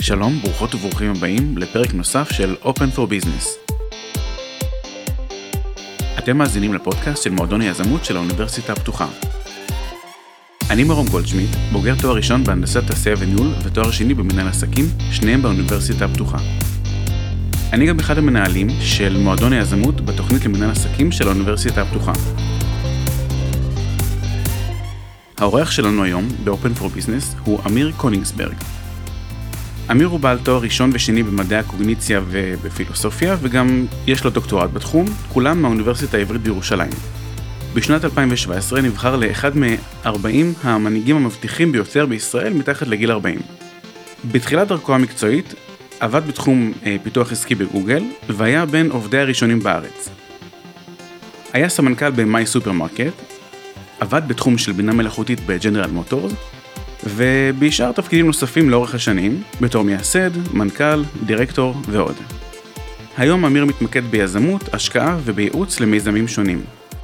שלום, ברוכות וברוכים הבאים לפרק נוסף של Open for Business. אתם מאזינים לפודקאסט של מועדון היזמות של האוניברסיטה הפתוחה. אני מרום גולדשמיט, בוגר תואר ראשון בהנדסת תעשייה וניהול ותואר שני במנהל עסקים, שניהם באוניברסיטה הפתוחה. אני גם אחד המנהלים של מועדון היזמות בתוכנית למנהל עסקים של האוניברסיטה הפתוחה. האורח שלנו היום ב-Open for Business הוא אמיר קוניגסברג. אמיר הוא בעל תואר ראשון ושני במדעי הקוגניציה ובפילוסופיה, וגם יש לו דוקטורט בתחום, כולם מהאוניברסיטה העברית בירושלים. בשנת 2017 נבחר לאחד מ-40 המנהיגים המבטיחים ביותר בישראל מתחת לגיל 40. בתחילת דרכו המקצועית עבד בתחום פיתוח עסקי בגוגל, והיה בין עובדי הראשונים בארץ. היה סמנכ"ל במאי סופרמרקט, עבד בתחום של בינה מלאכותית בג'נרל מוטורס, ובשאר תפקידים נוספים לאורך השנים, בתור מייסד, מנכ"ל, דירקטור ועוד. היום אמיר מתמקד ביזמות, השקעה ובייעוץ למיזמים שונים.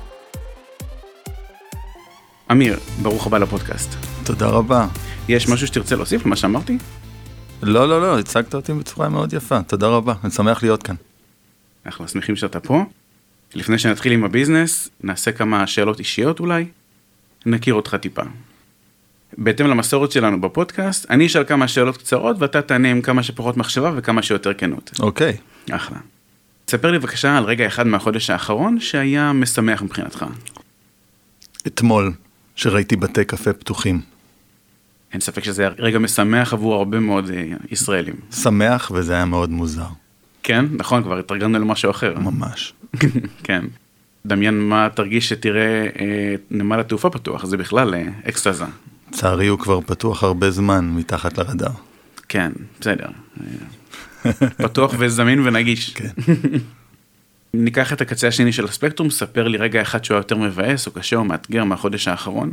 אמיר, ברוך הבא לפודקאסט. תודה רבה. יש משהו שתרצה להוסיף למה שאמרתי? לא, הצגת אותי בצורה מאוד יפה, תודה רבה, אני שמח להיות כאן. אנחנו שמחים שאתה פה. לפני שנתחיל עם הביזנס, נעשה כמה שאלות אישיות אולי. נכיר אותך טיפה. בהתאם למסורת שלנו בפודקאסט, אני אשאל כמה שאלות קצרות, ואתה תענה עם כמה שפחות מחשבה וכמה שיותר כנות. אוקיי. אחלה. תספר לי בבקשה על רגע אחד מהחודש האחרון שהיה משמח מבחינתך. אתמול, שראיתי בתי קפה פתוחים. אין ספק שזה היה רגע משמח עבור הרבה מאוד ישראלים. שמח, וזה היה מאוד מוזר. כן, נכון, כבר התרגלנו למשהו אחר. ממש. כן. דמיין מה תרגיש שתראה נמל התעופה פתוח, זה בכלל אקסטזה. צערי הוא כבר פתוח הרבה זמן מתחת לרדאר. כן, בסדר. פתוח וזמין ונגיש. כן. ניקח את הקצה השני של הספקטרום, ספר לי רגע אחד שהוא יותר מבאס או קשה או מאתגר מהחודש האחרון.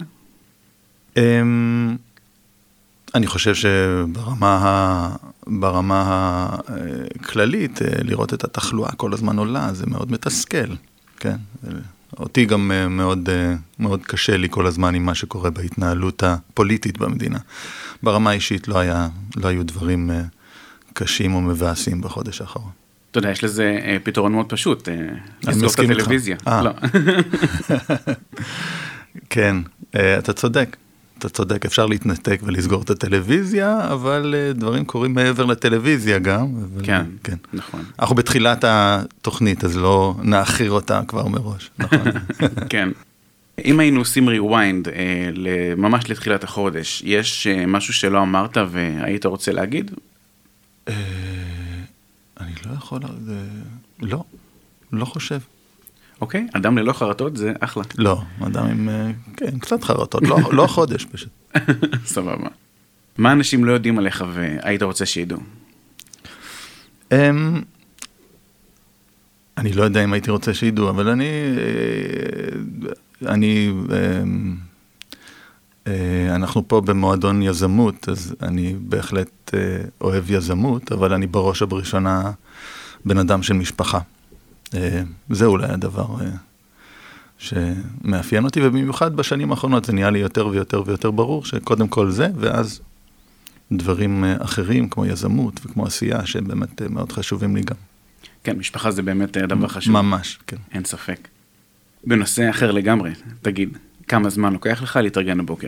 אני חושב שברמה הכללית, לראות את התחלואה כל הזמן עולה, זה מאוד מתסכל. כן. אותי גם מאוד קשה לי כל הזמן עם מה שקורה בהתנהלות הפוליטית במדינה. ברמה האישית לא היו דברים קשים או מבאסים בחודש האחרון. אתה יודע, יש לזה פתרון מאוד פשוט, לסגור את הטלוויזיה. לא. כן, אתה צודק, אפשר להתנתק ולסגור את הטלוויזיה, אבל דברים קורים מעבר לטלוויזיה גם. כן, נכון. אנחנו בתחילת התוכנית, אז לא נאחיר אותה כבר מראש. נכון. כן. אם היינו עושים rewind ממש לתחילת החודש, יש משהו שלא אמרת והיית רוצה להגיד? אני לא יכול, לא חושב. אוקיי, אדם ללא חרטות זה אחלה. לא, אדם עם, כן, קצת חרטות, לא חודש פשוט. סבבה. מה אנשים לא יודעים עליך והיית רוצה שידעו? אני לא יודע אם הייתי רוצה שידעו, אבל אנחנו פה במועדון יזמות, אז אני בהחלט אוהב יזמות, אבל אני בראש ובראשונה בן אדם של משפחה. זה אולי הדבר שמאפיין אותי, ובמיוחד בשנים האחרונות זה נהיה לי יותר ויותר ויותר ברור, שקודם כל זה, ואז דברים אחרים כמו יזמות וכמו עשייה, שהם באמת מאוד חשובים לי גם. כן, משפחה זה באמת דבר חשוב. ממש, כן. אין ספק. בנושא אחר לגמרי, תגיד, כמה זמן לוקח לך להתארגן בבוקר?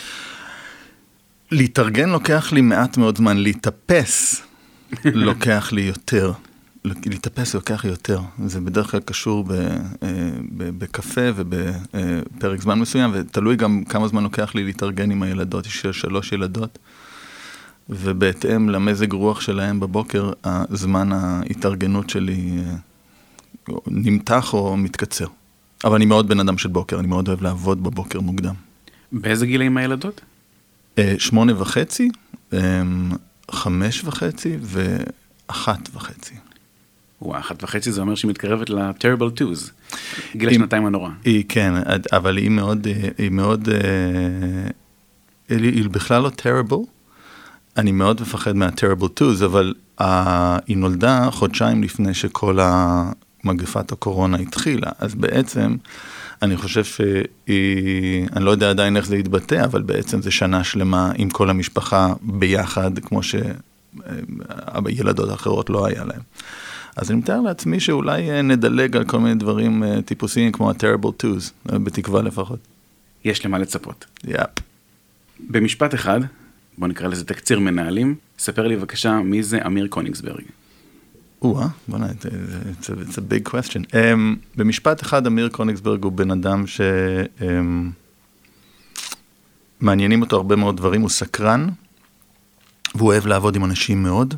להתארגן לוקח לי מעט מאוד זמן, להתאפס לוקח לי יותר. להתאפס לוקח יותר. זה בדרך כלל קשור בקפה ובפרק זמן מסוים, ותלוי גם כמה זמן לוקח לי להתארגן עם הילדות. יש 3 ילדות, ובהתאם למזג רוח שלהם בבוקר, הזמן ההתארגנות שלי נמתח או מתקצר. אבל אני מאוד בן אדם של בוקר, אני מאוד אוהב לעבוד בבוקר מוקדם. באיזה גיל עם הילדות? 8.5, 5.5 ו1.5. וואו, 1.5 זה אומר שהיא מתקרבת ל-terrible twos, גיל השנתיים הנורא. כן, אבל היא מאוד, היא בכלל לא terrible, אני מאוד מפחד מה-terrible twos, אבל היא נולדה חודשיים לפני שכל מגפת הקורונה התחילה, אז בעצם אני חושב שהיא, אני לא יודע עדיין איך זה יתבטא, אבל בעצם זה שנה שלמה עם כל המשפחה ביחד, כמו הילדות האחרות לא היה להם. אז אני מתאר לעצמי שאולי נדלג על כל מיני דברים טיפוסיים כמו ה-Terrible Twos, בתקווה לפחות. יש למה לצפות. יאפ. במשפט אחד, בוא נקרא לזה תקציר מנהלים, ספר לי בבקשה מי זה אמיר קוניגסברג. בוא'נה, it's a big question. במשפט אחד, אמיר קוניגסברג הוא בן אדם מעניינים אותו הרבה מאוד דברים, הוא סקרן, והוא אוהב לעבוד עם אנשים מאוד,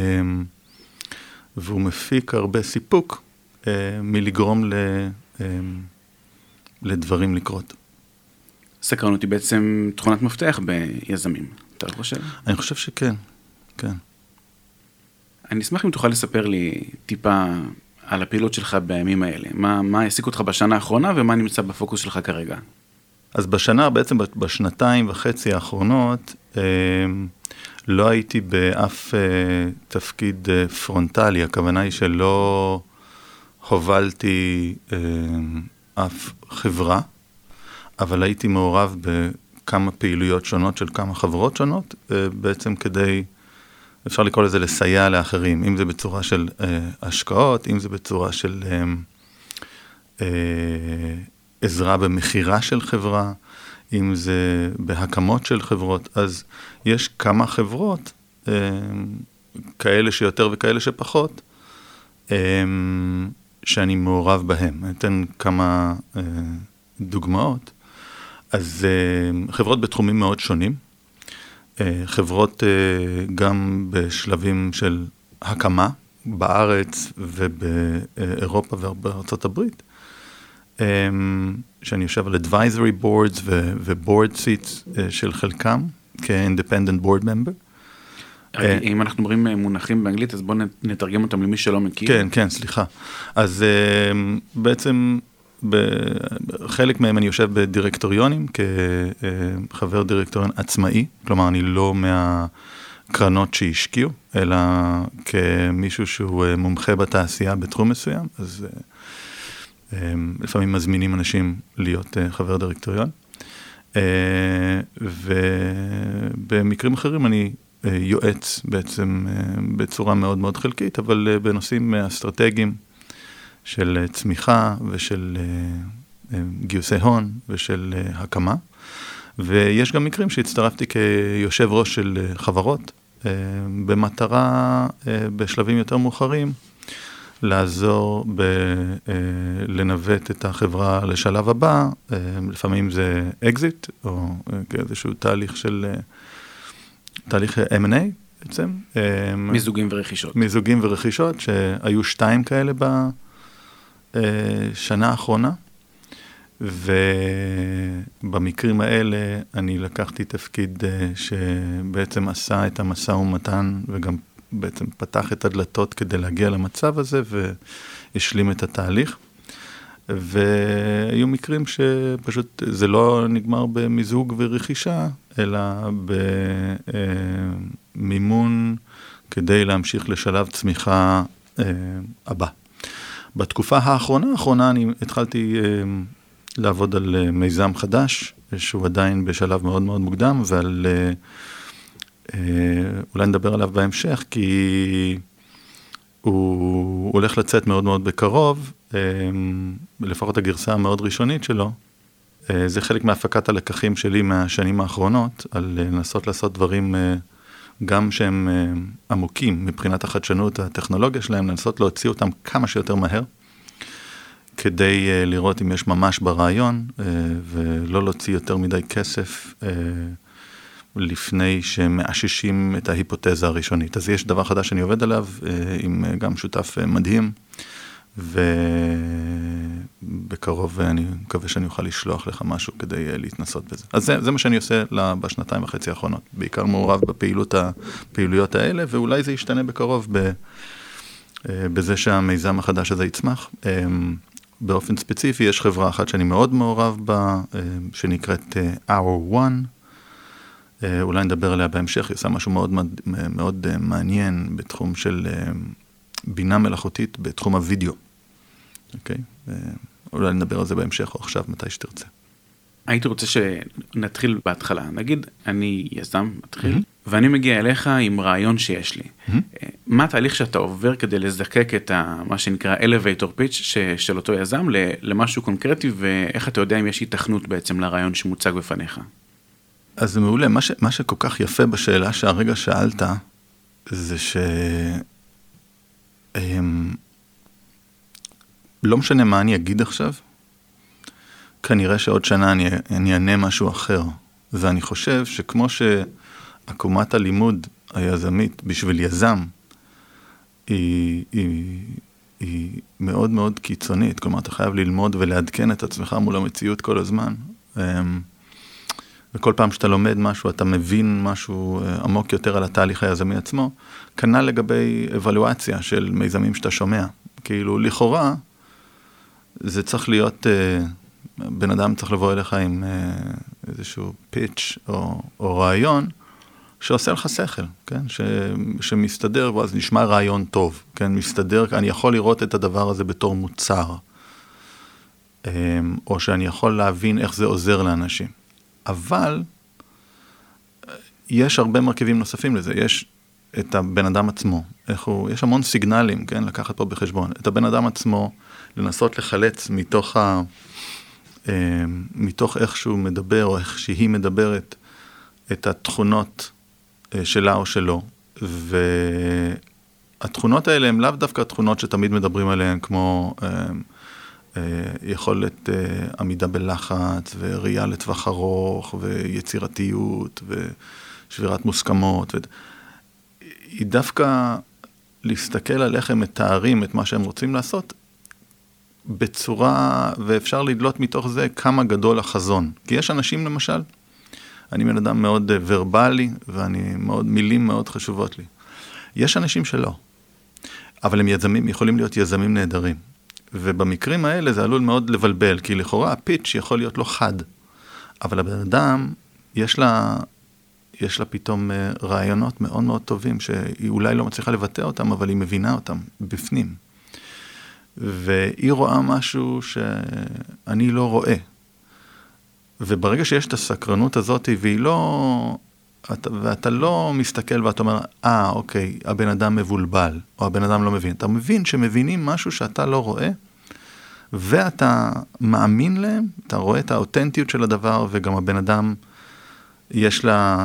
והוא מפיק הרבה סיפוק מלגרום לדברים לקרות. סקרנות היא בעצם תכונת מפתח ביזמים, אתה חושב? אני חושב שכן, כן. אני אשמח אם תוכל לספר לי טיפה על הפעילות שלך בימים האלה. מה העסיק אותך בשנה האחרונה ומה נמצא בפוקוס שלך כרגע? אז בעצם בשנתיים וחצי האחרונות, לא הייתי באף תפקיד פרונטלי. הכוונה היא שלא הובלתי אף חברה, אבל הייתי מעורב בכמה פעילויות שונות של כמה חברות שונות, בעצם כדי, אפשר לקרוא לזה לסייע לאחרים, אם זה בצורה של השקעות, אם זה בצורה של עזרה במחירה של חברה, אם זה בהקמות של חברות. אז יש כמה חברות, כאלה שיותר וכאלה שפחות, שאני מעורב בהם. אני אתן כמה דוגמאות. אז חברות בתחומים מאוד שונים, חברות גם בשלבים של הקמה בארץ ובאירופה ובארצות הברית, שאני יושב על advisory boards ו-board seats של חלקם, כ-independent board member. אם אנחנו אומרים מונחים באנגלית, אז בואו נתרגם אותם למי שלא מכיר. כן, סליחה. אז בעצם חלק מהם אני יושב בדירקטוריונים, כחבר דירקטוריון עצמאי, כלומר אני לא מהקרנות שהשקיעו, אלא כמישהו שהוא מומחה בתעשייה בתחום מסוים, אז לפעמים מזמינים אנשים להיות חבר דירקטוריון, ובמקרים אחרים אני יועץ בעצם בצורה מאוד מאוד חלקית, אבל בנושאים אסטרטגיים של צמיחה ושל גיוסי הון ושל הקמה, ויש גם מקרים שהצטרפתי כיושב ראש של חברות, במטרה בשלבים יותר מאוחרים, לעזור לנווט את החברה לשלב הבא, לפעמים זה אקזיט, או איזשהו תהליך M&A בעצם. מיזוגים ורכישות. מיזוגים ורכישות, שהיו 2 כאלה בשנה האחרונה, ובמקרים האלה אני לקחתי תפקיד שבעצם עשה את המשא ומתן, וגם בעצם פתח את הדלתות כדי להגיע למצב הזה, והשלים את התהליך. והיו מקרים שפשוט זה לא נגמר במיזוג ורכישה, אלא במימון כדי להמשיך לשלב צמיחה הבא. בתקופה האחרונה אני התחלתי לעבוד על מיזם חדש, שהוא עדיין בשלב מאוד מאוד מוקדם, ועל אולי נדבר עליו בהמשך, כי הוא הולך לצאת מאוד מאוד בקרוב, לפחות הגרסה המאוד ראשונית שלו. זה חלק מהפקת הלקחים שלי מהשנים האחרונות, על לנסות לעשות דברים גם שהם עמוקים מבחינת החדשנות, הטכנולוגיה שלהם, לנסות להוציא אותם כמה שיותר מהר, כדי לראות אם יש ממש ברעיון, ולא להוציא יותר מדי כסף, לפני שמאששים את ההיפותזה הראשונית. אז יש דבר חדש שאני עובד עליו, עם גם שותף מדהים, ובקרוב אני מקווה שאני אוכל לשלוח לך משהו כדי להתנסות בזה. אז זה מה שאני עושה בשנתיים וחצי האחרונות. בעיקר מעורב בפעילויות האלה, ואולי זה ישתנה בקרוב בזה שהמיזם החדש הזה יצמח. באופן ספציפי, יש חברה אחת שאני מאוד מעורב בה, שנקראת Hour One, אולי נדבר עליה בהמשך, היא עושה משהו מאוד, מאוד מעניין בתחום של בינה מלאכותית, בתחום הוידאו. אוקיי? אולי נדבר על זה בהמשך או עכשיו, מתי שתרצה. הייתי רוצה שנתחיל בהתחלה. נגיד, אני יזם, מתחיל, ואני מגיע אליך עם רעיון שיש לי. מה התהליך שאתה עובר כדי לזקק את מה שנקרא elevator pitch של אותו יזם למשהו קונקרטי, ואיך אתה יודע אם יש התכנות בעצם לרעיון שמוצג בפניך? אז זה מעולה. מה שכל כך יפה בשאלה שהרגע שאלת, זה לא משנה מה אני אגיד עכשיו, כנראה שעוד שנה אני אענה משהו אחר. ואני חושב שכמו שעקומת הלימוד היזמית בשביל יזם היא מאוד מאוד קיצונית, כלומר אתה חייב ללמוד ולעדכן את עצמך מול המציאות כל הזמן. וכל פעם שאתה לומד משהו, אתה מבין משהו עמוק יותר על התהליך היזמי עצמו, כנ"ל לגבי אבלואציה של מיזמים שאתה שומע. כאילו לכאורה, זה צריך להיות, בן אדם צריך לבוא אליך עם איזשהו פיץ' או רעיון, שעושה לך שכל, כן? שמסתדר, ואז נשמע רעיון טוב, כן? מסתדר, אני יכול לראות את הדבר הזה בתור מוצר, או שאני יכול להבין איך זה עוזר לאנשים. אבל יש הרבה מרכיבים נוספים לזה. יש את הבן אדם עצמו, יש המון סיגנלים, כן? לקחת פה בחשבון. את הבן אדם עצמו, לנסות לחלץ מתוך איך שהוא מדבר, או איך שהיא מדברת, את התכונות שלה או שלו. והתכונות האלה הן לאו דווקא התכונות שתמיד מדברים עליהן, כמו יכולת עמידה בלחץ, וראייה לטווח ארוך, ויצירתיות, ושבירת מוסכמות. היא דווקא להסתכל על איך הם מתארים את מה שהם רוצים לעשות, בצורה, ואפשר לדלות מתוך זה כמה גדול החזון. כי יש אנשים למשל, אני בן אדם מאוד ורבלי, מילים מאוד חשובות לי. יש אנשים שלא, אבל הם יזמים, יכולים להיות יזמים נהדרים. ובמקרים האלה זה עלול מאוד לבלבל, כי לכאורה הפיץ' יכול להיות לא חד, אבל הבן אדם, יש לה פתאום רעיונות מאוד מאוד טובים, שהיא אולי לא מצליחה לבטא אותם, אבל היא מבינה אותם בפנים. והיא רואה משהו שאני לא רואה. וברגע שיש את הסקרנות הזאת, ואתה לא מסתכל ואתה אומר, אוקיי, הבן אדם מבולבל, או הבן אדם לא מבין. אתה מבין שמבינים משהו שאתה לא רואה, ואתה מאמין להם, אתה רואה את האותנטיות של הדבר, וגם הבן אדם, יש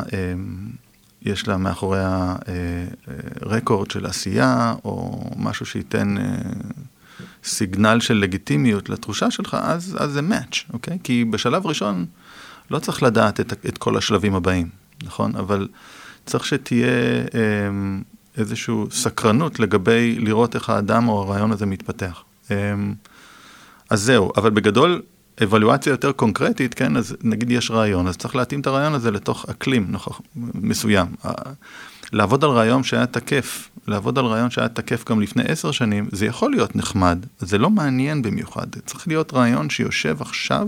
לה מאחוריה רקורד של עשייה, או משהו שייתן סיגנל של לגיטימיות לתחושה שלך, אז זה match, אוקיי? כי בשלב ראשון לא צריך לדעת את כל השלבים הבאים, נכון? אבל צריך שתהיה איזושהי סקרנות לגבי לראות איך האדם או הרעיון הזה מתפתח. אז זהו, אבל בגדול, אבלואציה יותר קונקרטית, כן? אז נגיד יש רעיון, אז צריך להתאים את הרעיון הזה לתוך אקלים מסוים. לעבוד על רעיון שהיה תקף גם לפני 10 שנים, זה יכול להיות נחמד, זה לא מעניין במיוחד. צריך להיות רעיון שיושב עכשיו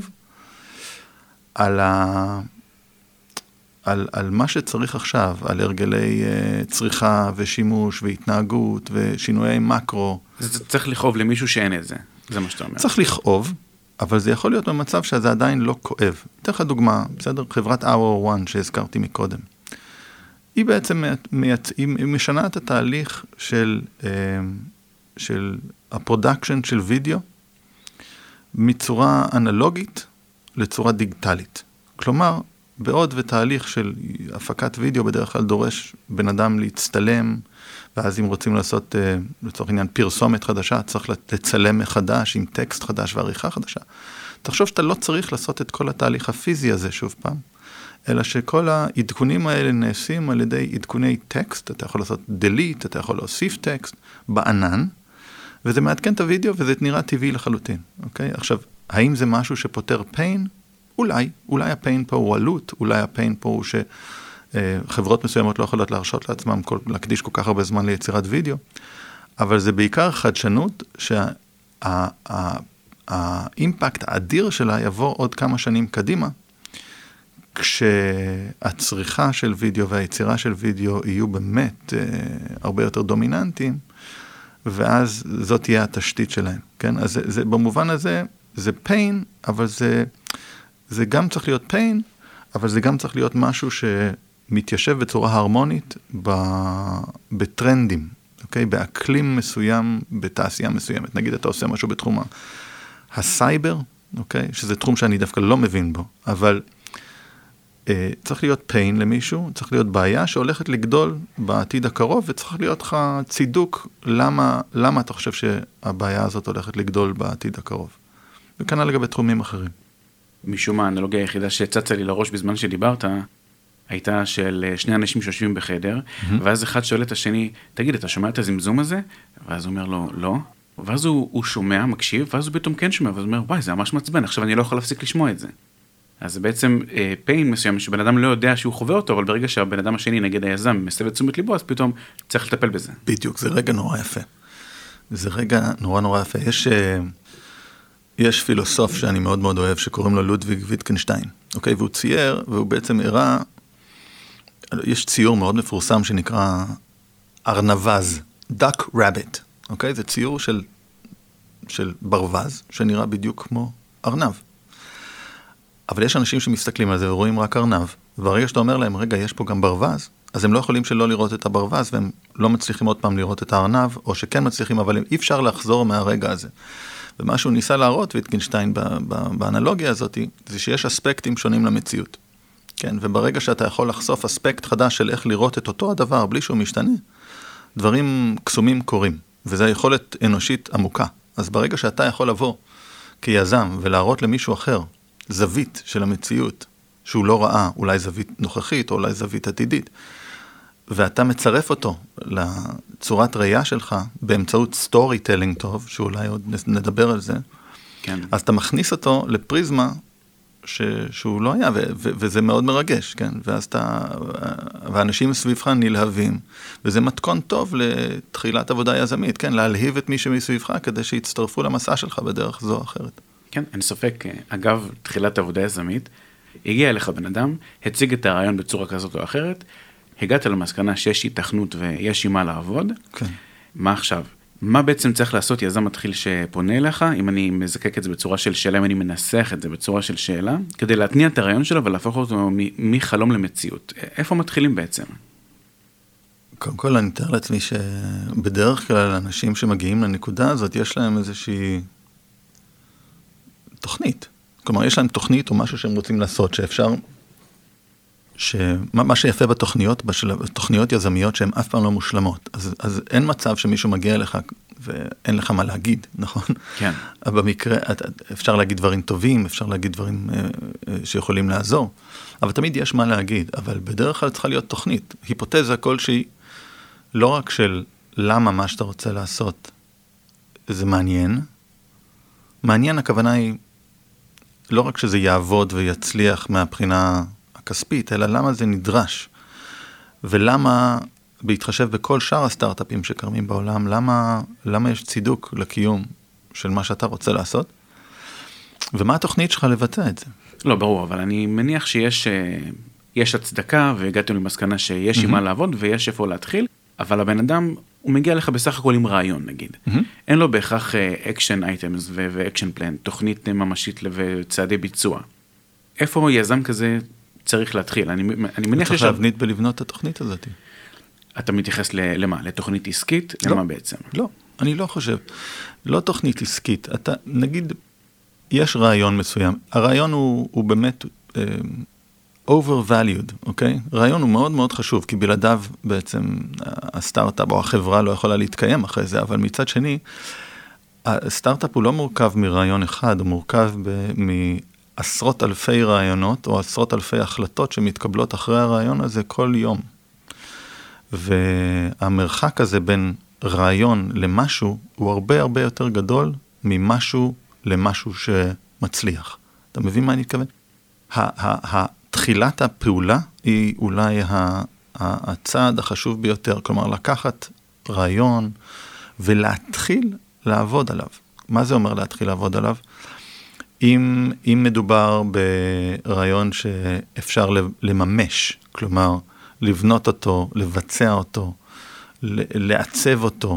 על מה שצריך עכשיו, על הרגלי צריכה ושימוש והתנהגות ושינויי מקרו. זה צריך לכאוב למישהו שאין את זה, זה מה שאתה אומר. צריך לכאוב, אבל זה יכול להיות במצב שזה עדיין לא כואב. אתן לך דוגמה, בסדר? חברת Hour One שהזכרתי מקודם. היא בעצם היא משנה את התהליך של הפרודקשן של וידאו מצורה אנלוגית לצורה דיגיטלית. כלומר, בעוד ותהליך של הפקת וידאו בדרך כלל דורש בן אדם להצטלם, ואז אם רוצים לעשות לצורך עניין פרסומת חדשה, צריך לצלם מחדש עם טקסט חדש ועריכה חדשה. תחשוב שאתה לא צריך לעשות את כל התהליך הפיזי הזה שוב פעם, אלא שכל העדכונים האלה נעשים על ידי עדכוני טקסט, אתה יכול לעשות delete, אתה יכול להוסיף טקסט בענן, וזה מעדכן את הוידאו וזה נראה טבעי לחלוטין, אוקיי? עכשיו, האם זה משהו שפותר pain? אולי הפיין פה הוא עלות, אולי הפיין פה הוא שחברות מסוימות לא יכולות להרשות לעצמם להקדיש כל כך הרבה זמן ליצירת וידאו, אבל זה בעיקר חדשנות שהאימפקט האדיר שלה יבוא עוד כמה שנים קדימה, כשהצריכה של וידאו והיצירה של וידאו יהיו באמת הרבה יותר דומיננטיים, ואז זאת תהיה התשתית שלהם, כן? אז זה, במובן הזה, זה pain, אבל זה גם צריך להיות pain, אבל זה גם צריך להיות משהו מתיישב בצורה הרמונית בטרנדים, אוקיי? באקלים מסוים, בתעשייה מסוימת. נגיד אתה עושה משהו בתחום הסייבר, אוקיי? שזה תחום שאני דווקא לא מבין בו, אבל צריך להיות pain למישהו, צריך להיות בעיה שהולכת לגדול בעתיד הקרוב, וצריך להיות לך צידוק למה אתה חושב שהבעיה הזאת הולכת לגדול בעתיד הקרוב. וכנ"ל לגבי תחומים אחרים. משום מה, האנלוגיה היחידה שצצה לי לראש בזמן שדיברת, הייתה של שני אנשים שיושבים בחדר, ואז אחד שואל את השני, תגיד, אתה שומע את הזמזום הזה? ואז הוא אומר לו, לא. ואז הוא שומע, מקשיב, ואז הוא פתאום כן שומע, ואז הוא אומר, וואי, זה ממש מעצבן, עכשיו אני לא יכול להפסיק לשמוע את זה. אז זה בעצם pain מסוים, שבן אדם לא יודע שהוא חווה אותו, אבל ברגע שהבן אדם השני, נגד היזם, מסב את תשומת ליבו, אז פתאום צריך לטפל בזה. בדיוק, זה רגע נורא יפה. זה רגע נורא יפה. יש פילוסוף שאני מאוד מאוד אוהב, שקוראים לו לודוויג ויטקנשטיין, אוקיי? והוא צייר, והוא בעצם הראה, יש ציור מאוד מפורסם שנקרא ארנבז, duck rabbit, אוקיי? זה ציור של ברווז, שנראה בדיוק כמו ארנב. אבל יש אנשים שמסתכלים על זה ורואים רק ארנב, וברגע שאתה אומר להם, רגע, יש פה גם ברווז, אז הם לא יכולים שלא לראות את הברווז, והם לא מצליחים עוד פעם לראות את הארנב, או שכן מצליחים, אבל אי אפשר לחזור מהרגע הזה. ומה שהוא ניסה להראות, ויטקנשטיין באנלוגיה הזאת, זה שיש אספקטים שונים למציאות. כן, וברגע שאתה יכול לחשוף אספקט חדש של איך לראות את אותו הדבר, בלי שהוא משתנה, דברים קסומים קורים, וזו יכולת אנושית עמוקה. אז ברגע שאתה יכול לבוא כיזם ולהראות למישהו אחר, זווית של המציאות, שהוא לא ראה, אולי זווית נוכחית, או אולי זווית עתידית, ואתה מצרף אותו לצורת ראייה שלך, באמצעות סטורי טלינג טוב, שאולי עוד נדבר על זה, כן. אז אתה מכניס אותו לפריזמה שהוא לא היה, וזה מאוד מרגש, כן? ואז ואנשים סביבך נלהבים, וזה מתכון טוב לתחילת עבודה יזמית, כן? להלהיב את מי שמסביבך, כדי שיצטרפו למסע שלך בדרך זו או אחרת. כן, אין ספק. אגב, תחילת עבודה יזמית, הגיע אליך בן אדם, הציג את הרעיון בצורה כזאת או אחרת, הגעת למסקנה שיש התכנות ויש עם מה לעבוד. כן. מה עכשיו? מה בעצם צריך לעשות יזם מתחיל שפונה אליך, אם אני מזקק את זה בצורה של שאלה, אם אני מנסח את זה בצורה של שאלה, כדי להתניע את הרעיון שלו ולהפוך אותו מחלום למציאות. איפה מתחילים בעצם? קודם כל, אני מתאר לעצמי שבדרך כלל אנשים שמגיעים לנקודה הזאת, יש להם איזושהי תוכנית. כלומר, יש להם תוכנית או משהו שהם רוצים לעשות, שאפשר, מה שיפה בתוכניות יזמיות שהן אף פעם לא מושלמות. אז אין מצב שמישהו מגיע אליך ואין לך מה להגיד, נכון? כן. אבל במקרה, אפשר להגיד דברים טובים, אפשר להגיד דברים שיכולים לעזור, אבל תמיד יש מה להגיד, אבל בדרך כלל צריכה להיות תוכנית, היפותזה כלשהי, לא רק של למה מה שאתה רוצה לעשות זה מעניין, מעניין הכוונה היא לא רק שזה יעבוד ויצליח מהבחינה הכספית, אלא למה זה נדרש, ולמה בהתחשב בכל שאר הסטארט-אפים שקרמים בעולם, למה יש צידוק לקיום של מה שאתה רוצה לעשות, ומה התוכנית שלך לבצע את זה? לא, ברור, אבל אני מניח שיש הצדקה, והגעתם למסקנה שיש עם מה לעבוד, ויש איפה להתחיל, אבל הבן אדם, הוא מגיע לך בסך הכל עם רעיון, נגיד. אין לו בהכרח אקשן אייטמס ואקשן פלן, תוכנית ממשית וצעדי ביצוע. איפה יזם כזה צריך להתחיל? אני מניח צריך להבנית בלבנות את התוכנית הזאת. אתה מתייחס למה? לתוכנית עסקית? לא, למה בעצם? לא, אני לא חושב. לא תוכנית עסקית. אתה, נגיד, יש רעיון מסוים. הרעיון הוא באמת overvalued, אוקיי? רעיון הוא מאוד מאוד חשוב, כי בלעדיו בעצם הסטארט-אפ או החברה לא יכולה להתקיים אחרי זה, אבל מצד שני, הסטארט-אפ הוא לא מורכב מרעיון אחד, הוא מורכב מעשרות אלפי רעיונות, או עשרות אלפי החלטות שמתקבלות אחרי הרעיון הזה כל יום. והמרחק הזה בין רעיון למשהו, הוא הרבה הרבה יותר גדול ממשהו למשהו שמצליח. אתה מבין מה אני מתכוון? תחילת הפעולה היא אולי הצעד החשוב ביותר, כלומר לקחת רעיון ולהתחיל לעבוד עליו. מה זה אומר להתחיל לעבוד עליו? אם מדובר ברעיון שאפשר לממש, כלומר לבנות אותו, לבצע אותו, לעצב אותו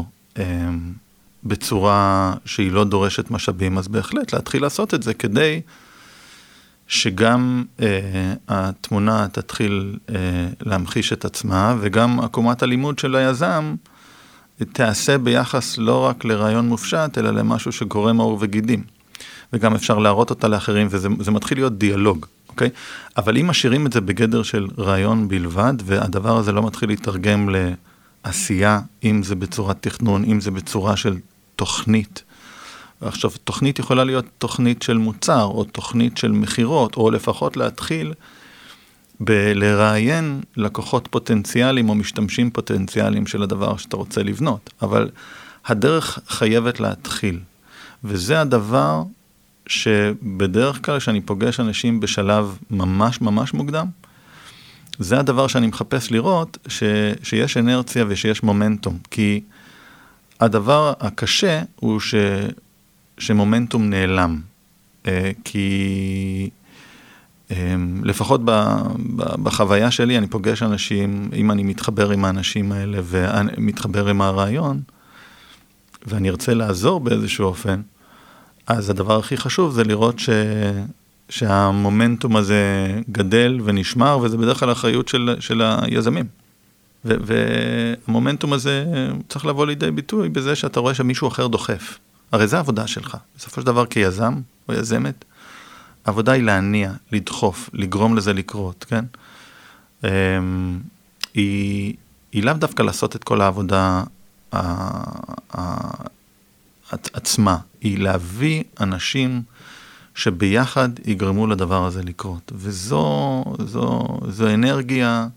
בצורה שהיא לא דורשת משאבים, אז בהחלט להתחיל לעשות את זה כדי שגם התמונה תתחיל להמחיש את עצמה, וגם עקומת הלימוד של היזם תעשה ביחס לא רק לרעיון מופשט, אלא למשהו שגורם עור וגידים. וגם אפשר להראות אותה לאחרים, וזה מתחיל להיות דיאלוג, אוקיי? אבל אם משאירים את זה בגדר של רעיון בלבד, והדבר הזה לא מתחיל להתרגם לעשייה, אם זה בצורת תכנון, אם זה בצורה של תוכנית. עכשיו, תוכנית יכולה להיות תוכנית של מוצר, או תוכנית של מחירות, או לפחות להתחיל בלראיין לקוחות פוטנציאליים, או משתמשים פוטנציאליים של הדבר שאתה רוצה לבנות. אבל הדרך חייבת להתחיל. וזה הדבר שבדרך כלל שאני פוגש אנשים בשלב ממש ממש מוקדם, זה הדבר שאני מחפש לראות שיש אנרציה ושיש מומנטום, כי הדבר הקשה הוא שמומנטום נעלם, כי לפחות בחוויה שלי אני פוגש אנשים, אם אני מתחבר עם האנשים האלה ומתחבר עם הרעיון, ואני ארצה לעזור באיזשהו אופן, אז הדבר הכי חשוב זה לראות שהמומנטום הזה גדל ונשמר, וזה בדרך כלל האחריות של היזמים. והמומנטום הזה צריך לבוא לידי ביטוי בזה שאתה רואה שמישהו אחר דוחף. הרי זה העבודה שלך. בסופו של דבר כיזם או יזמת, העבודה היא להניע, לדחוף, לגרום לזה לקרות, כן? היא לאו דווקא לעשות את כל העבודה עצמה, היא להביא אנשים שביחד יגרמו לדבר הזה לקרות. וזו אנרגיה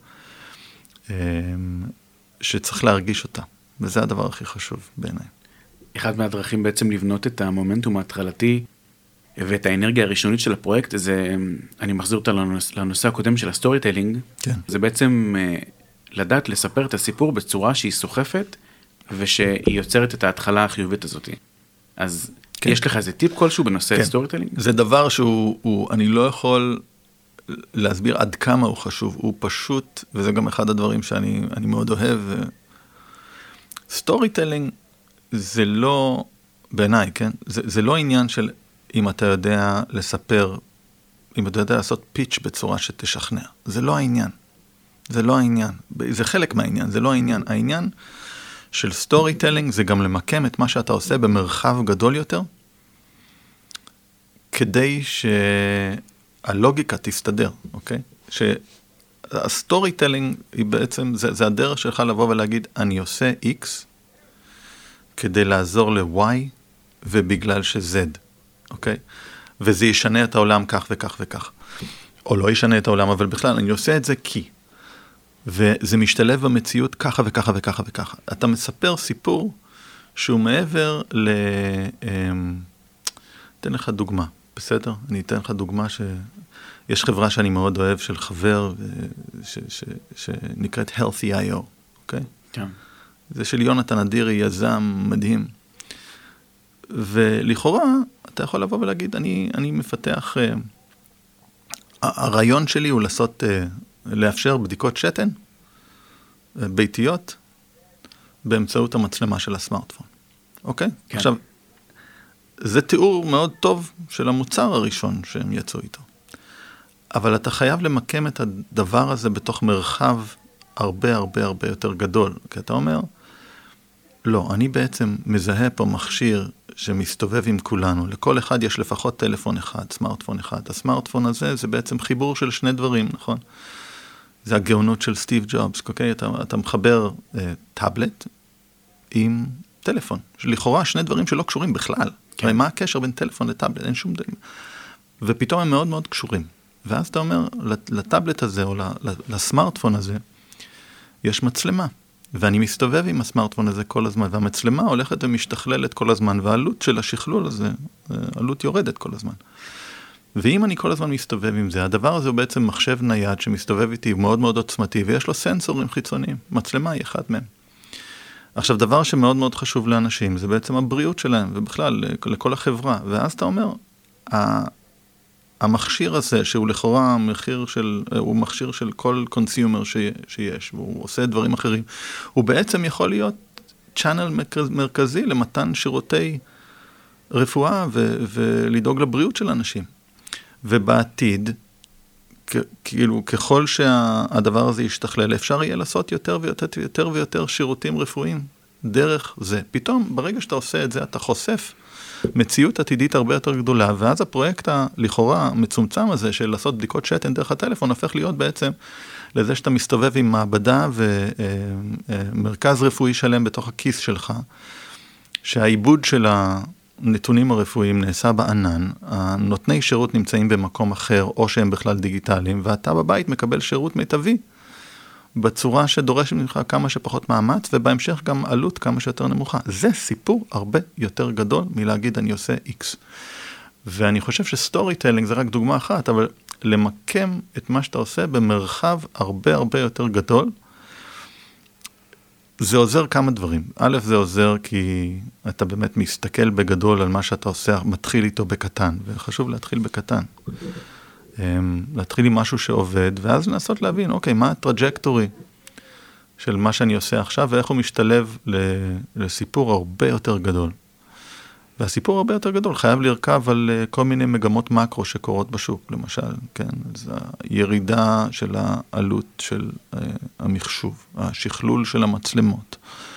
שצריך להרגיש אותה, וזה הדבר הכי חשוב בעיניי. אחד מהדרכים בעצם לבנות את המומנטום ההתחלתי ואת האנרגיה הראשונית של הפרויקט, זה, אני מחזיר אותה לנושא הקודם של הסטורי טיילינג, כן. זה בעצם לדעת לספר את הסיפור בצורה שהיא סוחפת, ושהיא יוצרת את ההתחלה החיובית הזאת. אז כן. יש לך איזה טיפ כלשהו בנושא כן. הסטורי טיילינג? זה דבר אני לא יכול להסביר עד כמה הוא חשוב, הוא פשוט, וזה גם אחד הדברים שאני מאוד אוהב, סטורי טיילינג זה לא, בעיניי, כן? זה לא עניין של אם אתה יודע לספר, אם אתה יודע לעשות פיץ' בצורה שתשכנע. זה לא העניין. זה לא העניין. זה חלק מהעניין, זה לא העניין. העניין של סטורי טיילינג זה גם למקם את מה שאתה עושה במרחב גדול יותר, כדי שהלוגיקה תסתדר, אוקיי? שהסטורי טיילינג היא בעצם, זה הדרך שלך לבוא ולהגיד, אני עושה X, כדי לעזור ל-Y, ובגלל ש-Z, אוקיי? וזה ישנה את העולם כך וכך וכך. או לא ישנה את העולם, אבל בכלל, אני עושה את זה כי. וזה משתלב במציאות ככה וככה וככה וככה. אתה מספר סיפור שהוא מעבר אתן לך דוגמה, בסדר? אני אתן לך דוגמה יש חברה שאני מאוד אוהב של חבר שנקראת Healthy.io, אוקיי? כן. זה של יונתן אדירי, יזם מדהים. ולכאורה, אתה יכול לבוא ולהגיד, אני מפתח, הרעיון שלי הוא לאפשר בדיקות שתן, ביתיות, באמצעות המצלמה של הסמארטפון. אוקיי? כן. עכשיו, זה תיאור מאוד טוב של המוצר הראשון שהם יצאו איתו. אבל אתה חייב למקם את הדבר הזה בתוך מרחב הרבה הרבה הרבה יותר גדול. כי אתה אומר, לא, אני בעצם מזהה פה מכשיר שמסתובב עם כולנו. לכל אחד יש לפחות טלפון אחד, סמארטפון אחד. הסמארטפון הזה זה בעצם חיבור של שני דברים, נכון? זה הגאונות של סטיב ג'ובס, אוקיי? אתה מחבר טאבלט עם טלפון. לכאורה שני דברים שלא קשורים בכלל. כן. הרי מה הקשר בין טלפון לטאבלט? אין שום דבר. ופתאום הם מאוד מאוד קשורים. ואז אתה אומר, לטאבלט הזה או לסמארטפון הזה, יש מצלמה. ואני מסתובב עם הסמארטפון הזה כל הזמן, והמצלמה הולכת ומשתכללת כל הזמן, והעלות של השכלול הזה, העלות יורדת כל הזמן. ואם אני כל הזמן מסתובב עם זה, הדבר הזה הוא בעצם מחשב נייד שמסתובב איתי, מאוד מאוד עוצמתי, ויש לו סנסורים חיצוניים. מצלמה היא אחד מהם. עכשיו, דבר שמאוד מאוד חשוב לאנשים, זה בעצם הבריאות שלהם, ובכלל, לכל החברה. ואז אתה אומר, המכשיר הזה, שהוא לכאורה הוא מכשיר של כל קונסיומר שיש, והוא עושה דברים אחרים, הוא בעצם יכול להיות צ'אנל מרכזי למתן שירותי רפואה ולדאוג לבריאות של אנשים. ובעתיד, כאילו, ככל שהדבר הזה ישתכלל, אפשר יהיה לעשות יותר ויותר שירותים רפואיים דרך זה. פתאום, ברגע שאתה עושה את זה, אתה חושף מציאות עתידית הרבה יותר גדולה, ואז הפרויקט לכאורה המצומצם הזה של לעשות בדיקות שתן דרך הטלפון, הופך להיות בעצם לזה שאתה מסתובב עם מעבדה ומרכז רפואי שלם בתוך הכיס שלך, שהעיבוד של הנתונים הרפואיים נעשה בענן, הנותני שירות נמצאים במקום אחר, או שהם בכלל דיגיטליים, ואתה בבית מקבל שירות מיטבי, בצורה שדורשת ממך כמה שפחות מאמץ, ובהמשך גם עלות כמה שיותר נמוכה. זה סיפור הרבה יותר גדול מלהגיד אני עושה X. ואני חושב שסטורי טיילינג זה רק דוגמה אחת, אבל למקם את מה שאתה עושה במרחב הרבה הרבה יותר גדול, זה עוזר כמה דברים. א', זה עוזר כי אתה באמת מסתכל בגדול על מה שאתה עושה, מתחיל איתו בקטן, וחשוב להתחיל בקטן. להתחיל עם משהו שעובד, ואז לנסות להבין, אוקיי, מה הטראג'קטורי של מה שאני עושה עכשיו, ואיך הוא משתלב לסיפור הרבה יותר גדול. והסיפור הרבה יותר גדול חייב לרכב על כל מיני מגמות מקרו שקורות בשוק, למשל, כן, אז הירידה של העלות של המחשוב, השכלול של המצלמות,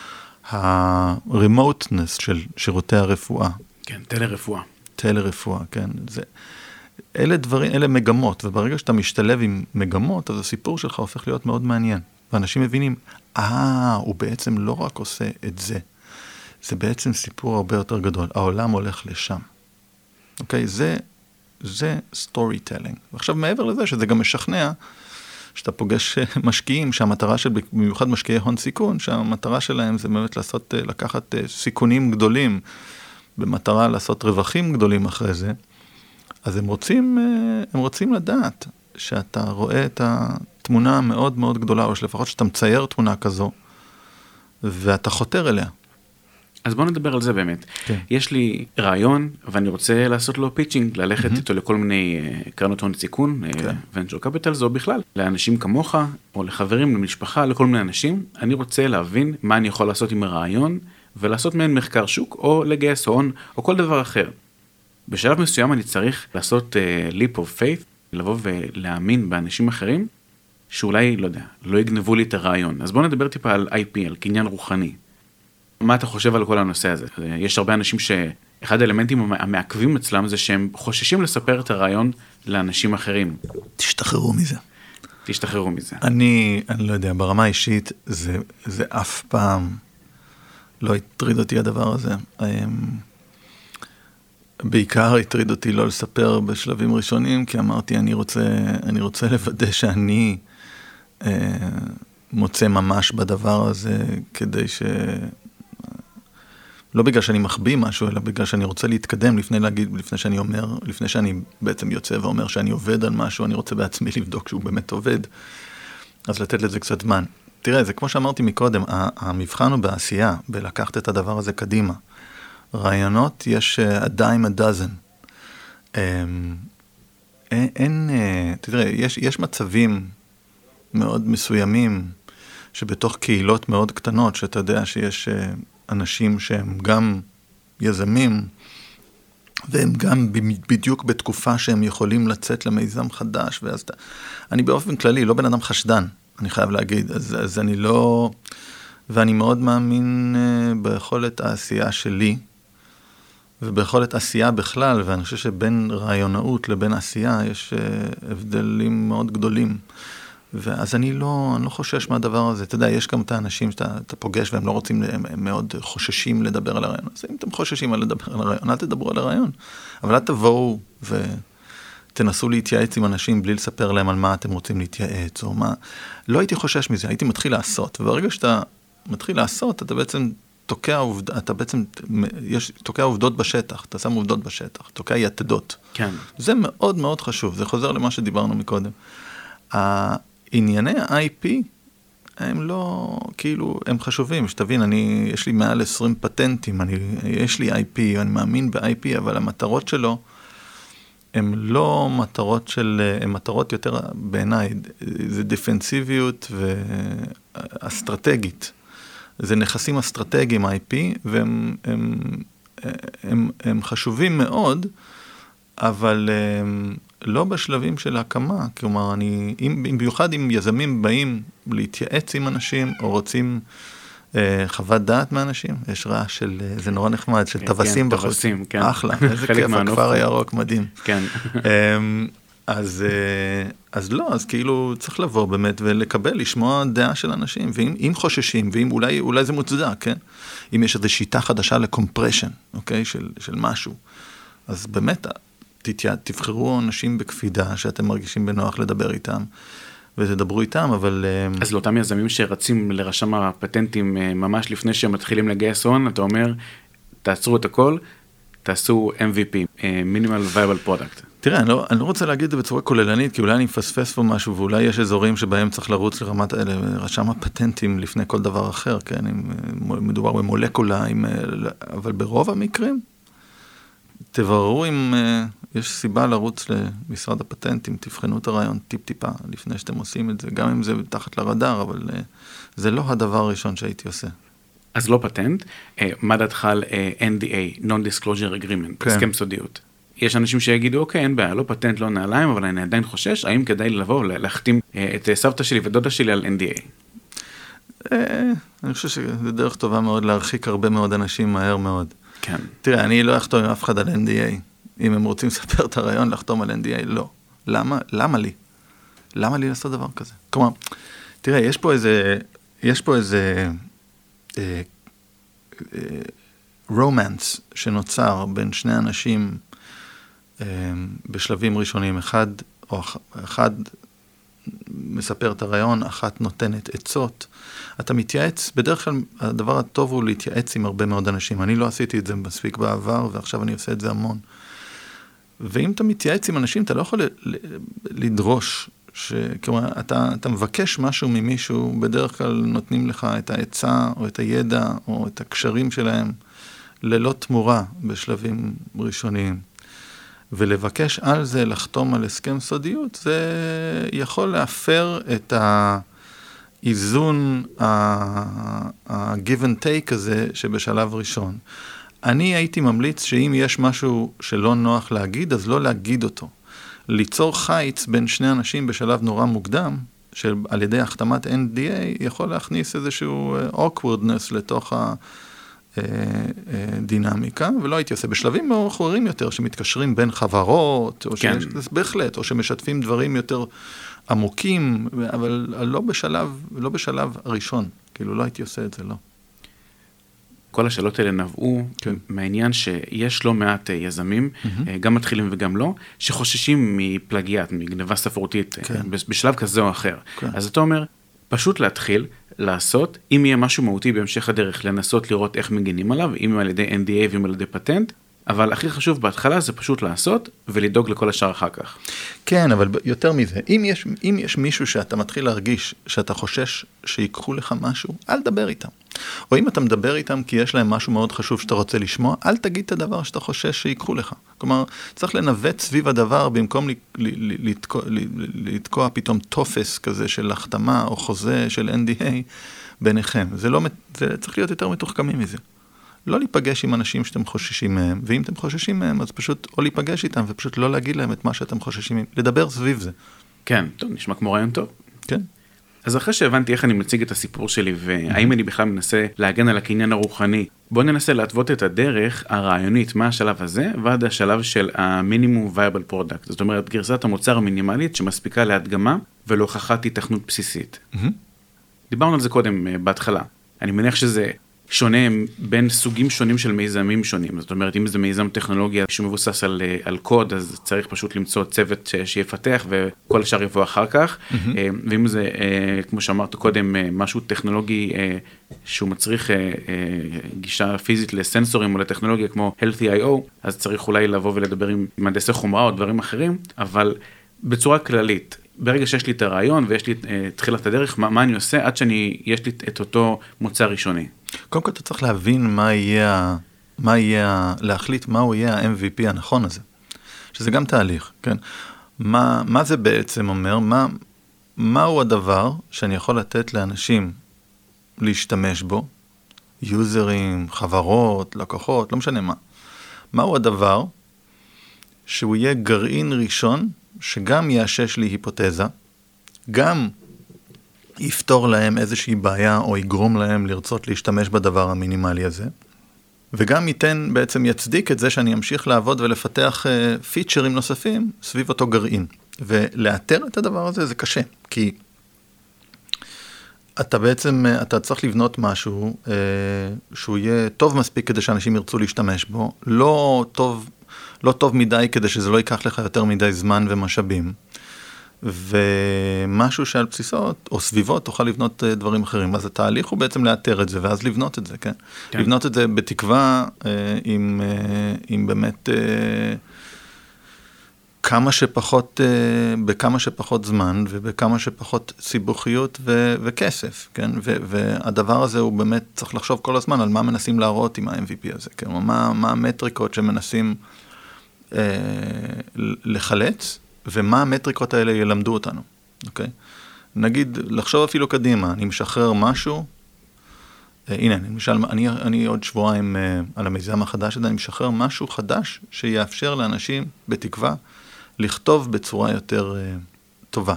הרימוטנס של שירותי הרפואה. כן, טלרפואה. טלרפואה, כן, זה... אלה דברים, אלה מגמות, וברגע שאתה משתלב עם מגמות, אז הסיפור שלך הופך להיות מאוד מעניין. ואנשים מבינים, הוא בעצם לא רק עושה את זה, זה בעצם סיפור הרבה יותר גדול. העולם הולך לשם. אוקיי? זה סטורי טיילינג. ועכשיו מעבר לזה, שזה גם משכנע, שאתה פוגש משקיעים, שהמטרה של, במיוחד משקיעי הון סיכון, שהמטרה שלהם זה באמת לקחת סיכונים גדולים, במטרה לעשות רווחים גדולים אחרי זה, אז הם רוצים לדעת שאתה רואה את התמונה המאוד מאוד גדולה, או שלפחות שאתה מצייר תמונה כזו, ואתה חותר אליה. אז בואו נדבר על זה באמת. כן. יש לי רעיון, ואני רוצה לעשות לו פיצ'ינג, ללכת איתו לכל מיני קרנות הון סיכון, ונצ'ר קפיטל, או בכלל, לאנשים כמוך, או לחברים, למשפחה, לכל מיני אנשים. אני רוצה להבין מה אני יכול לעשות עם הרעיון, ולעשות מעין מחקר שוק, או לגייס הון, או כל דבר אחר. בשלב מסוים אני צריך לעשות leap of faith, לבוא ולהאמין באנשים אחרים, שאולי, לא יודע, לא יגנבו לי את הרעיון. אז בואו נדבר טיפה על IP, על קניין רוחני. מה אתה חושב על כל הנושא הזה? יש הרבה אנשים שאחד האלמנטים המעכבים אצלם זה שהם חוששים לספר את הרעיון לאנשים אחרים. תשתחררו מזה. תשתחררו מזה. אני לא יודע, ברמה האישית זה אף פעם לא הטריד אותי הדבר הזה. בעיקר הטריד אותי לא לספר בשלבים ראשונים, כי אמרתי, אני רוצה לוודא שאני מוצא ממש בדבר הזה, כדי לא בגלל שאני מחביא משהו, אלא בגלל שאני רוצה להתקדם, לפני שאני בעצם יוצא ואומר שאני עובד על משהו, אני רוצה בעצמי לבדוק שהוא באמת עובד, אז לתת לזה קצת זמן. תראה, זה כמו שאמרתי מקודם, המבחן הוא בעשייה, בלקחת את הדבר הזה קדימה. רעיונות יש a dime a dozen. תראה, יש מצבים מאוד מסוימים, שבתוך קהילות מאוד קטנות, שאתה יודע שיש אנשים שהם גם יזמים, והם גם בדיוק בתקופה שהם יכולים לצאת למיזם חדש, ואז אני באופן כללי לא בן אדם חשדן, אני חייב להגיד, אז אני לא, ואני מאוד מאמין ביכולת העשייה שלי, וביכולת עשייה בכלל, ואני חושב שבין רעיונאות לבין עשייה יש הבדלים מאוד גדולים. ואז אני לא חושש מהדבר הזה. אתה יודע, יש גם את האנשים שאתה פוגש והם לא רוצים, הם מאוד חוששים לדבר על הרעיון. אז אם אתם חוששים על לדבר על הרעיון, אל תדברו על הרעיון. אבל אל תבואו ותנסו להתייעץ עם אנשים בלי לספר להם על מה אתם רוצים להתייעץ, או מה. לא הייתי חושש מזה, הייתי מתחיל לעשות. וברגע שאתה מתחיל לעשות, אתה בעצם תוקע עובדות בשטח, אתה שם עובדות בשטח, תוקע יתדות. כן. זה מאוד מאוד חשוב, זה חוזר למה שדיברנו מקודם. ענייני ה-IP הם לא, כאילו, הם חשובים, שתבין, יש לי מעל 20 פטנטים, יש לי IP, אני מאמין ב-IP, אבל המטרות שלו, הן לא מטרות הן מטרות יותר בעיניי, זה דפנסיביות ואסטרטגית. זה נכסים אסטרטגיים IP, והם חשובים מאוד, אבל לא בשלבים של ההקמה, כלומר, במיוחד אם יזמים באים להתייעץ עם אנשים, או רוצים חוות דעת מאנשים, יש רעש של, זה נורא נחמד, של טווסים בחוץ. טווסים, כן. אחלה, איזה כיף, הכפר הירוק, מדהים. כן. אז לא, אז כאילו צריך לבוא באמת ולקבל, לשמוע דעה של אנשים, ואם חוששים, ואם אולי זה מוצדק, כן? אם יש איזו שיטה חדשה לקומפרשן, אוקיי? של משהו. אז באמת, תבחרו אנשים בקפידה, שאתם מרגישים בנוח לדבר איתם, ותדברו איתם, אבל... אז לאותם יזמים שרצים לרשם הפטנטים ממש לפני שהם מתחילים לגייס הון, אתה אומר, תעצרו את הכל, תעשו MVP, Minimal Viable Product. תראה, אני לא רוצה להגיד את זה בצורה כוללנית, כי אולי אני מפספס פה משהו, ואולי יש אזורים שבהם צריך לרוץ לרמת רשם הפטנטים לפני כל דבר אחר, כן? אם מדובר במולקולה, אבל ברוב המקרים, תבררו אם יש סיבה לרוץ למשרד הפטנטים, תבחנו את הרעיון טיפ-טיפה לפני שאתם עושים את זה, גם אם זה תחת לרדאר, אבל זה לא הדבר הראשון שהייתי עושה. אז לא פטנט, מה דעתך על NDA, Non-Disclosure Agreement, הסכם סודיות? יש אנשים שיגידו, אוקיי, אין בעיה, לא פטנט, לא נעליים, אבל אני עדיין חושש, האם כדאי לבוא ולהחתים את סבתא שלי ודודה שלי על NDA? אני חושב שזה דרך טובה מאוד להרחיק הרבה מאוד אנשים מהר מאוד. כן. תראה, אני לא אחתום עם אף אחד על NDA. אם הם רוצים לספר את הרעיון לחתום על NDA, לא. למה לי? למה לי לעשות דבר כזה? כלומר, תראה, יש פה איזה רומנס שנוצר בין שני אנשים בשלבים ראשונים. אחד מספר את הרעיון, אחת נותנת עצות. אתה מתייעץ, בדרך כלל הדבר הטוב הוא להתייעץ עם הרבה מאוד אנשים. אני לא עשיתי את זה מספיק בעבר, ועכשיו אני עושה את זה המון. ואם אתה מתייעץ עם אנשים, אתה לא יכול לדרוש, כלומר, אתה מבקש משהו ממישהו, בדרך כלל נותנים לך את העצה, או את הידע, או את הקשרים שלהם, ללא תמורה בשלבים ראשוניים. ולבקש על זה לחתום על הסכם סודיות, זה יכול להפר את האיזון, ה-give and take הזה שבשלב ראשון. אני הייתי ממליץ שאם יש משהו שלא נוח להגיד, אז לא להגיד אותו. ליצור חיץ בין שני אנשים בשלב נורא מוקדם, על ידי החתמת NDA, יכול להכניס איזשהו awkwardness לתוך דינמיקה, ולא הייתי עושה בשלבים מאוחרים יותר, שמתקשרים בין חברות, או כן. בהחלט, או שמשתפים דברים יותר עמוקים, אבל לא בשלב הראשון, כאילו לא הייתי עושה את זה, לא. כל השאלות האלה נבעו כן. מהעניין שיש לא מעט יזמים, גם מתחילים וגם לא, שחוששים מפלגיית, מגנבה ספרותית, כן. בשלב כזה או אחר. כן. אז אתה אומר, פשוט להתחיל, לעשות, אם יהיה משהו מהותי בהמשך הדרך, לנסות לראות איך מגינים עליו, אם על ידי NDA ואם על ידי פטנט, אבל הכי חשוב בהתחלה זה פשוט לעשות, ולדאוג לכל השאר אחר כך. כן, אבל יותר מזה, אם יש מישהו שאתה מתחיל להרגיש, שאתה חושש שיקחו לך משהו, אל תדבר איתם. או אם אתה מדבר איתם כי יש להם משהו מאוד חשוב שאתה רוצה לשמוע, אל תגיד את הדבר שאתה חושש שיקחו לך. כלומר, צריך לנווט סביב הדבר, במקום לתקוע פתאום תופס כזה של החתמה, או חוזה של NDA ביניכם. זה צריך להיות יותר מתוחכמים מזה. לא להיפגש עם אנשים שאתם חוששים מהם, ואם אתם חוששים מהם, אז פשוט או להיפגש איתם, ופשוט לא להגיד להם את מה שאתם חוששים מהם, לדבר סביב זה. כן, טוב, נשמע כמו רעיון טוב. כן. אז אחרי שהבנתי איך אני מציג את הסיפור שלי, והאם אני בכלל מנסה להגן על הקניין הרוחני, בוא ננסה להתוות את הדרך הרעיונית מהשלב הזה, ועד השלב של ה-minimum viable product. זאת אומרת, גרסת המוצר המינימלית שמספיקה להדגמה, ולהוכחת התכנות בסיסית. דיברנו על זה קודם בהתחלה. אני מניח שזה שונה בין סוגים שונים של מיזמים שונים. זאת אומרת, אם זה מיזם טכנולוגיה שמבוסס על קוד, אז צריך פשוט למצוא צוות שיפתח, וכל השאר יבוא אחר כך. ואם זה, כמו שאמרת קודם, משהו טכנולוגי שהוא מצריך גישה פיזית לסנסורים או לטכנולוגיה כמו Healthy.io, אז צריך אולי לבוא ולדבר עם מהנדסי חומרה או דברים אחרים, אבל בצורה כללית, ברגע שיש לי את הרעיון ויש לי תחילת הדרך, מה אני עושה עד יש לי את אותו מוצר ראשוני? קודם כל אתה צריך להבין להחליט מהו יהיה ה-MVP הנכון הזה. שזה גם תהליך, כן? מה זה בעצם אומר? מהו הדבר שאני יכול לתת לאנשים להשתמש בו? יוזרים, חברות, לקוחות, לא משנה מה. מהו הדבר שהוא יהיה גרעין ראשון שגם יאשש לי היפותזה, גם יפתור להם איזושהי בעיה, או יגרום להם לרצות להשתמש בדבר המינימלי הזה, וגם בעצם יצדיק את זה שאני אמשיך לעבוד ולפתח פיצ'רים נוספים סביב אותו גרעין. ולאתר את הדבר הזה זה קשה, כי אתה צריך לבנות משהו שהוא יהיה טוב מספיק כדי שאנשים ירצו להשתמש בו, לא טוב מדי כדי שזה לא ייקח לך יותר מדי זמן ומשאבים, ומשהו שעל בסיסות או סביבות תוכל לבנות דברים אחרים. אז התהליך הוא בעצם לאתר את זה, ואז לבנות את זה, כן? כן. לבנות את זה בתקווה עם באמת בכמה שפחות זמן ובכמה שפחות סיבוכיות וכסף, כן? והדבר הזה הוא באמת צריך לחשוב כל הזמן על מה מנסים להראות עם ה-MVP הזה, כן? מה המטריקות שמנסים לחלץ, ומה המטריקות האלה ילמדו אותנו, אוקיי? נגיד, לחשוב אפילו קדימה, אני משחרר משהו, הנה, אני עוד שבועיים על המיזם החדש הזה, אני משחרר משהו חדש שיאפשר לאנשים בתקווה לכתוב בצורה יותר טובה.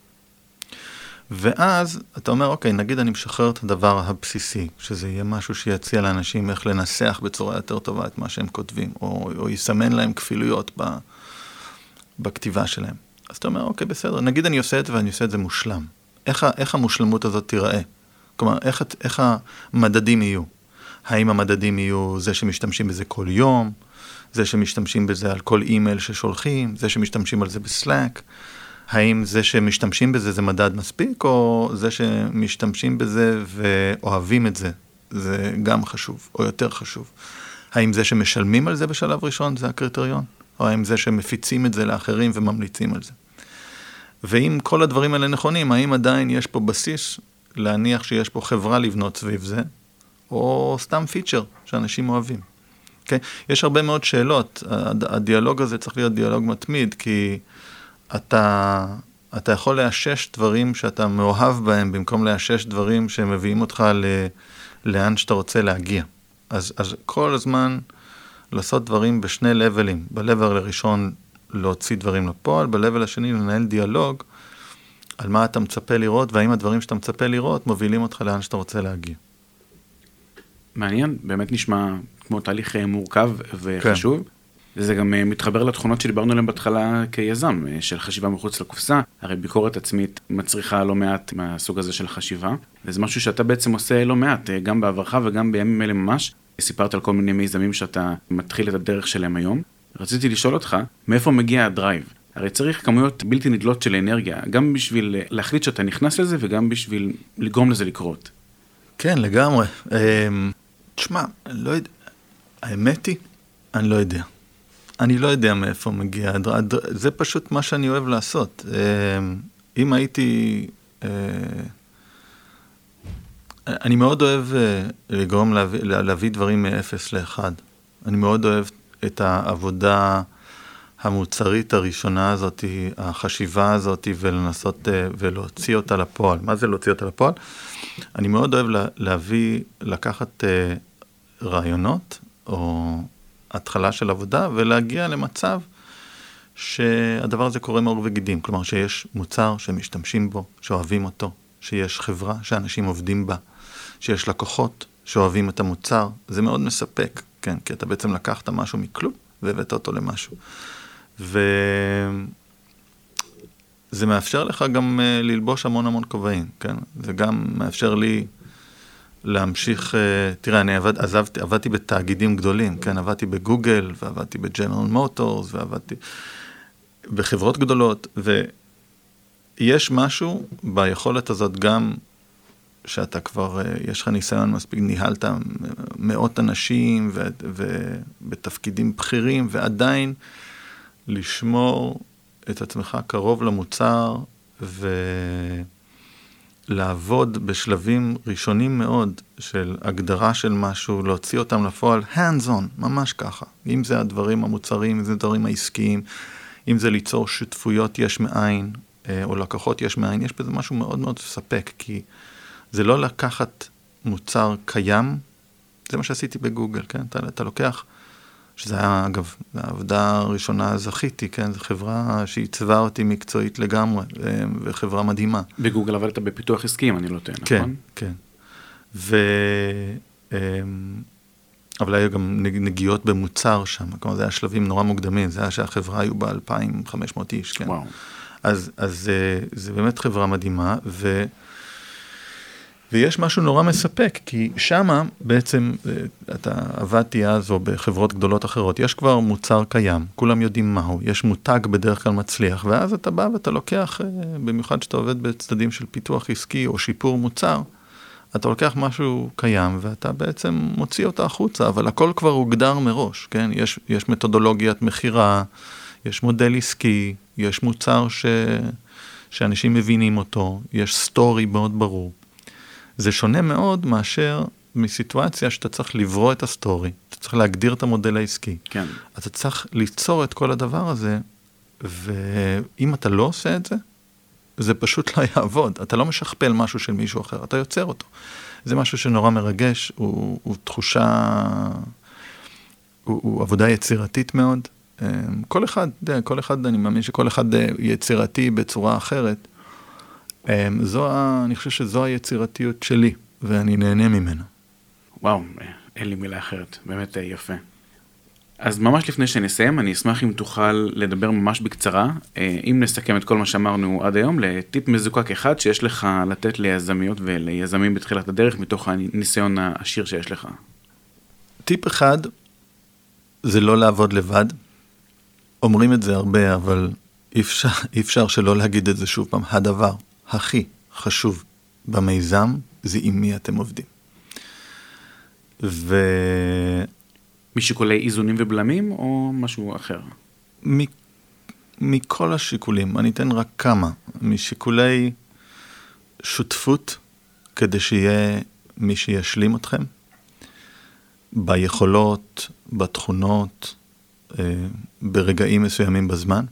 ואז אתה אומר, אוקיי, נגיד אני משחרר את הדבר הבסיסי, שזה יהיה משהו שיציע לאנשים איך לנסח בצורה יותר טובה את מה שהם כותבים, או יסמן להם כפילויות בכתיבה שלהם. אז אתה אומר, אוקיי, בסדר, נגיד אני עושה את זה ואני עושה את זה מושלם. איך המושלמות הזאת תיראה? כלומר, איך המדדים יהיו? האם המדדים יהיו זה שמשתמשים בזה כל יום, זה שמשתמשים בזה על כל אימייל ששולחים, זה שמשתמשים על זה בסלאק, האם זה שמשתמשים בזה זה מדד מספיק, או זה שמשתמשים בזה ואוהבים את זה, זה גם חשוב, או יותר חשוב. האם זה שמשלמים על זה בשלב ראשון, זה הקריטריון, או האם זה שמפיצים את זה לאחרים וממליצים על זה. ואם כל הדברים האלה נכונים, האם עדיין יש פה בסיס להניח שיש פה חברה לבנות סביב זה, או סתם פיצ'ר שאנשים אוהבים. Okay? יש הרבה מאוד שאלות, הדיאלוג הזה צריך להיות דיאלוג מתמיד, כי אתה יכול לאשש דברים שאתה מאוהב בהם, במקום לאשש דברים שמביאים אותך לאן שאתה רוצה להגיע. אז כל הזמן לעשות דברים בשני לבלים, בלבל הראשון להוציא דברים לפועל, בלבל השני לנהל דיאלוג על מה אתה מצפה לראות, והאם הדברים שאתה מצפה לראות מובילים אותך לאן שאתה רוצה להגיע. מעניין, באמת נשמע כמו תהליך מורכב וחשוב. כן. זה גם מתחבר לתכונות שדיברנו עליהן בהתחלה כיזם, של חשיבה מחוץ לקופסה. הרי ביקורת עצמית מצריכה לא מעט מהסוג הזה של חשיבה, וזה משהו שאתה בעצם עושה לא מעט, גם בעברך וגם בימים אלה ממש. סיפרת על כל מיני מיזמים שאתה מתחיל את הדרך שלהם היום. רציתי לשאול אותך, מאיפה מגיע הדרייב? הרי צריך כמויות בלתי נדלות של אנרגיה, גם בשביל להחליט שאתה נכנס לזה, וגם בשביל לגרום לזה לקרות. כן, לגמרי. תשמע, לא יודע, האמת היא, אני לא יודע. אני לא יודע מאיפה מגיע, זה פשוט מה שאני אוהב לעשות. אם הייתי, אני מאוד אוהב לגרום להביא דברים מ-0 ל-1. אני מאוד אוהב את העבודה המוצרית הראשונה הזאת, החשיבה הזאת, ולנסות ולהוציא אותה לפועל. מה זה להוציא אותה לפועל? אני מאוד אוהב לקחת רעיונות, או התחלה של עבודה, ולהגיע למצב שהדבר הזה קורה מאור וגידים. כלומר, שיש מוצר שמשתמשים בו, שאוהבים אותו, שיש חברה שאנשים עובדים בה, שיש לקוחות שאוהבים את המוצר. זה מאוד מספק, כן? כי אתה בעצם לקחת משהו מכלום, והבאת אותו למשהו. וזה מאפשר לך גם ללבוש המון כובעים, כן? זה גם מאפשר לי להמשיך, תראה, אני עבדתי בתאגידים גדולים, כן? עבדתי בגוגל, ועבדתי בג'נרל מוטורס, ועבדתי בחברות גדולות, ויש משהו ביכולת הזאת גם, שאתה כבר, יש לך ניסיון מספיק, ניהלת מאות אנשים, ובתפקידים בכירים, ועדיין לשמור את עצמך קרוב למוצר, לעבוד בשלבים ראשונים מאוד של הגדרה של משהו, להוציא אותם לפועל, hands on, ממש ככה. אם זה הדברים המוצרים, אם זה הדברים העסקיים, אם זה ליצור שותפויות יש מאין, או לקוחות יש מאין, יש בזה משהו מאוד מאוד ספק, כי זה לא לקחת מוצר קיים, זה מה שעשיתי בגוגל, כן? אתה לוקח שזה היה, אגב, העבודה הראשונה זכיתי, כן? זו חברה שעיצבה אותי מקצועית לגמרי, וחברה מדהימה. בגוגל עבדת בפיתוח עסקיים, אני לא טוען, נכון? כן, כן. אבל היו גם נגיעות במוצר שם, כלומר, זה היה שלבים נורא מוקדמים, זה היה שהחברה היו בה 2,500 איש, כן? וואו. אז זה באמת חברה מדהימה, ויש משהו נורא מספק, כי שמה בעצם, אתה עבדתי אז או בחברות גדולות אחרות, יש כבר מוצר קיים, כולם יודעים מהו, יש מותג בדרך כלל מצליח, ואז אתה בא ואתה לוקח, במיוחד שאתה עובד בצדדים של פיתוח עסקי או שיפור מוצר, אתה לוקח משהו קיים, ואתה בעצם מוציא אותה החוצה, אבל הכל כבר הוגדר מראש, כן? יש מתודולוגיית מחירה, יש מודל עסקי, יש מוצר שאנשים מבינים אותו, יש סטורי מאוד ברור. זה שונה מאוד מאשר מסיטואציה שאתה צריך לברוא את הסטורי, אתה צריך להגדיר את המודל העסקי. כן. אתה צריך ליצור את כל הדבר הזה, ואם אתה לא עושה את זה, זה פשוט לא יעבוד. אתה לא משכפל משהו של מישהו אחר, אתה יוצר אותו. זה משהו שנורא מרגש, הוא תחושה, הוא עבודה יצירתית מאוד. כל אחד, אני מאמין שכל אחד יצירתי בצורה אחרת. אני חושב שזו היצירתיות שלי, ואני נהנה ממנה. וואו, אין לי מילה אחרת, באמת יפה. אז ממש לפני שנסיים, אני אשמח אם תוכל לדבר ממש בקצרה, אם נסכם את כל מה שאמרנו עד היום, לטיפ מזוקק אחד שיש לך לתת ליזמיות וליזמים בתחילת הדרך, מתוך הניסיון העשיר שיש לך. טיפ אחד, זה לא לעבוד לבד. אומרים את זה הרבה, אבל אי אפשר שלא להגיד את זה שוב פעם. הדבר הכי חשוב במיזם, זה עם מי אתם עובדים. משיקולי איזונים ובלמים, או משהו אחר? מכל השיקולים, אני אתן רק כמה. משיקולי שותפות, כדי שיהיה מי שישלים אתכם, ביכולות, בתכונות, ברגעים מסוימים בזמן,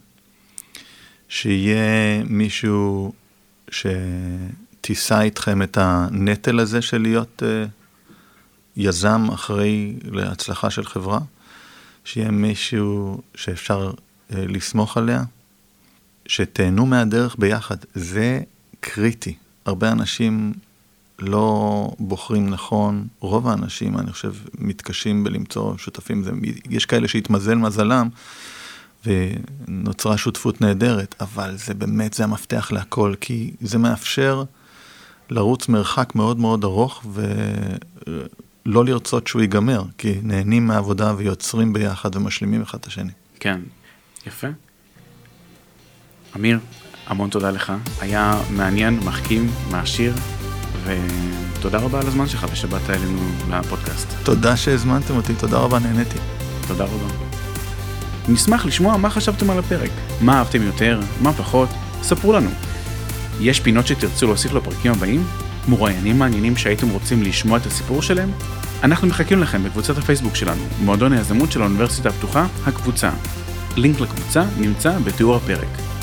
שיהיה מישהו שתישא איתכם את הנטל הזה של להיות יזם אחרי להצלחה של חברה, שיהיה מישהו שאפשר לסמוך עליה, שתהנו מהדרך ביחד. זה קריטי. הרבה אנשים לא בוחרים נכון, רוב האנשים, אני חושב, מתקשים בלמצוא שותפים. יש כאלה שהתמזל מזלם, ונוצרה שותפות נהדרת, אבל זה באמת, זה המפתח להכל, כי זה מאפשר לרוץ מרחק מאוד מאוד ארוך, ולא לרצות שהוא ייגמר, כי נהנים מהעבודה ויוצרים ביחד ומשלימים אחד את השני. כן, יפה. אמיר, המון תודה לך. היה מעניין, מחכים, מעשיר, ותודה רבה על הזמן שלך ושבאת אלינו לפודקאסט. תודה שהזמנתם אותי, תודה רבה, נהניתי. תודה רבה. נשמח לשמוע מה חשבתם על הפרק. מה אהבתם יותר, מה פחות, ספרו לנו. יש פינות שתרצו להוסיף לפרקים הבאים? מרואיינים מעניינים שהייתם רוצים לשמוע את הסיפור שלהם? אנחנו מחכים לכם בקבוצת הפייסבוק שלנו, מועדון היזמות של האוניברסיטה הפתוחה, הקבוצה. לינק לקבוצה נמצא בתיאור הפרק.